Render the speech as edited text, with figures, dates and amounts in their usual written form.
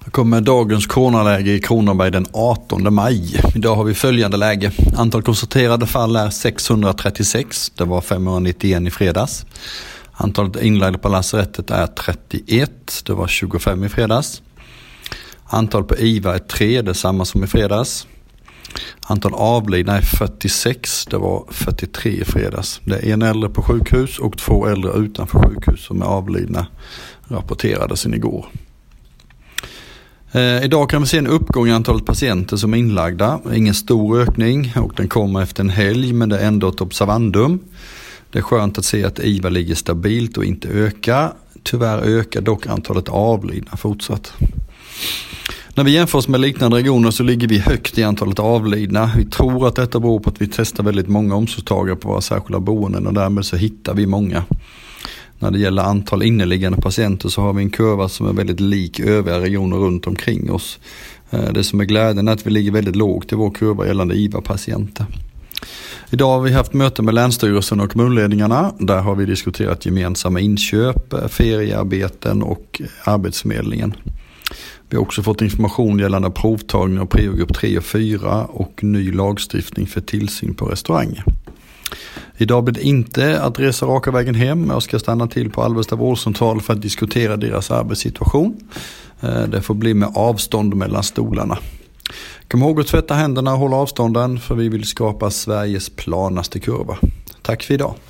Här kommer dagens coronaläge i Kronoberg den 18 maj. Idag har vi följande läge. Antal konstaterade fall är 636. Det var 591 i fredags. Antalet inlagda på lasarettet är 31. Det var 25 i fredags. Antal på IVA är 3. Det är samma som i fredags. Antal avlidna är 46. Det var 43 i fredags. Det är en äldre på sjukhus och 2 äldre utanför sjukhus som är avlidna, rapporterades igår. Idag kan vi se en uppgång i antalet patienter som är inlagda. Ingen stor ökning och den kommer efter en helg, men det är ändå ett observandum. Det är skönt att se att IVA ligger stabilt och inte ökar. Tyvärr ökar dock antalet avlidna fortsatt. När vi jämför oss med liknande regioner så ligger vi högt i antalet avlidna. Vi tror att detta beror på att vi testar väldigt många omsorgstagare på våra särskilda boenden och därmed så hittar vi många. När det gäller antal inneliggande patienter så har vi en kurva som är väldigt lik övriga regioner runt omkring oss. Det som är glädjande är att vi ligger väldigt lågt i vår kurva gällande IVA-patienter. Idag har vi haft möte med Länsstyrelsen och kommunledningarna. Där har vi diskuterat gemensamma inköp, feriearbeten och arbetsförmedlingen. Vi har också fått information gällande provtagning av priogrupp 3 och 4 och ny lagstiftning för tillsyn på restauranger. Idag blir det inte att resa raka vägen hem. Jag ska stanna till på Alvesta vårdcentral för att diskutera deras arbetssituation. Det får bli med avstånd mellan stolarna. Kom ihåg att tvätta händerna och hålla avstånden, för vi vill skapa Sveriges planaste kurva. Tack för idag.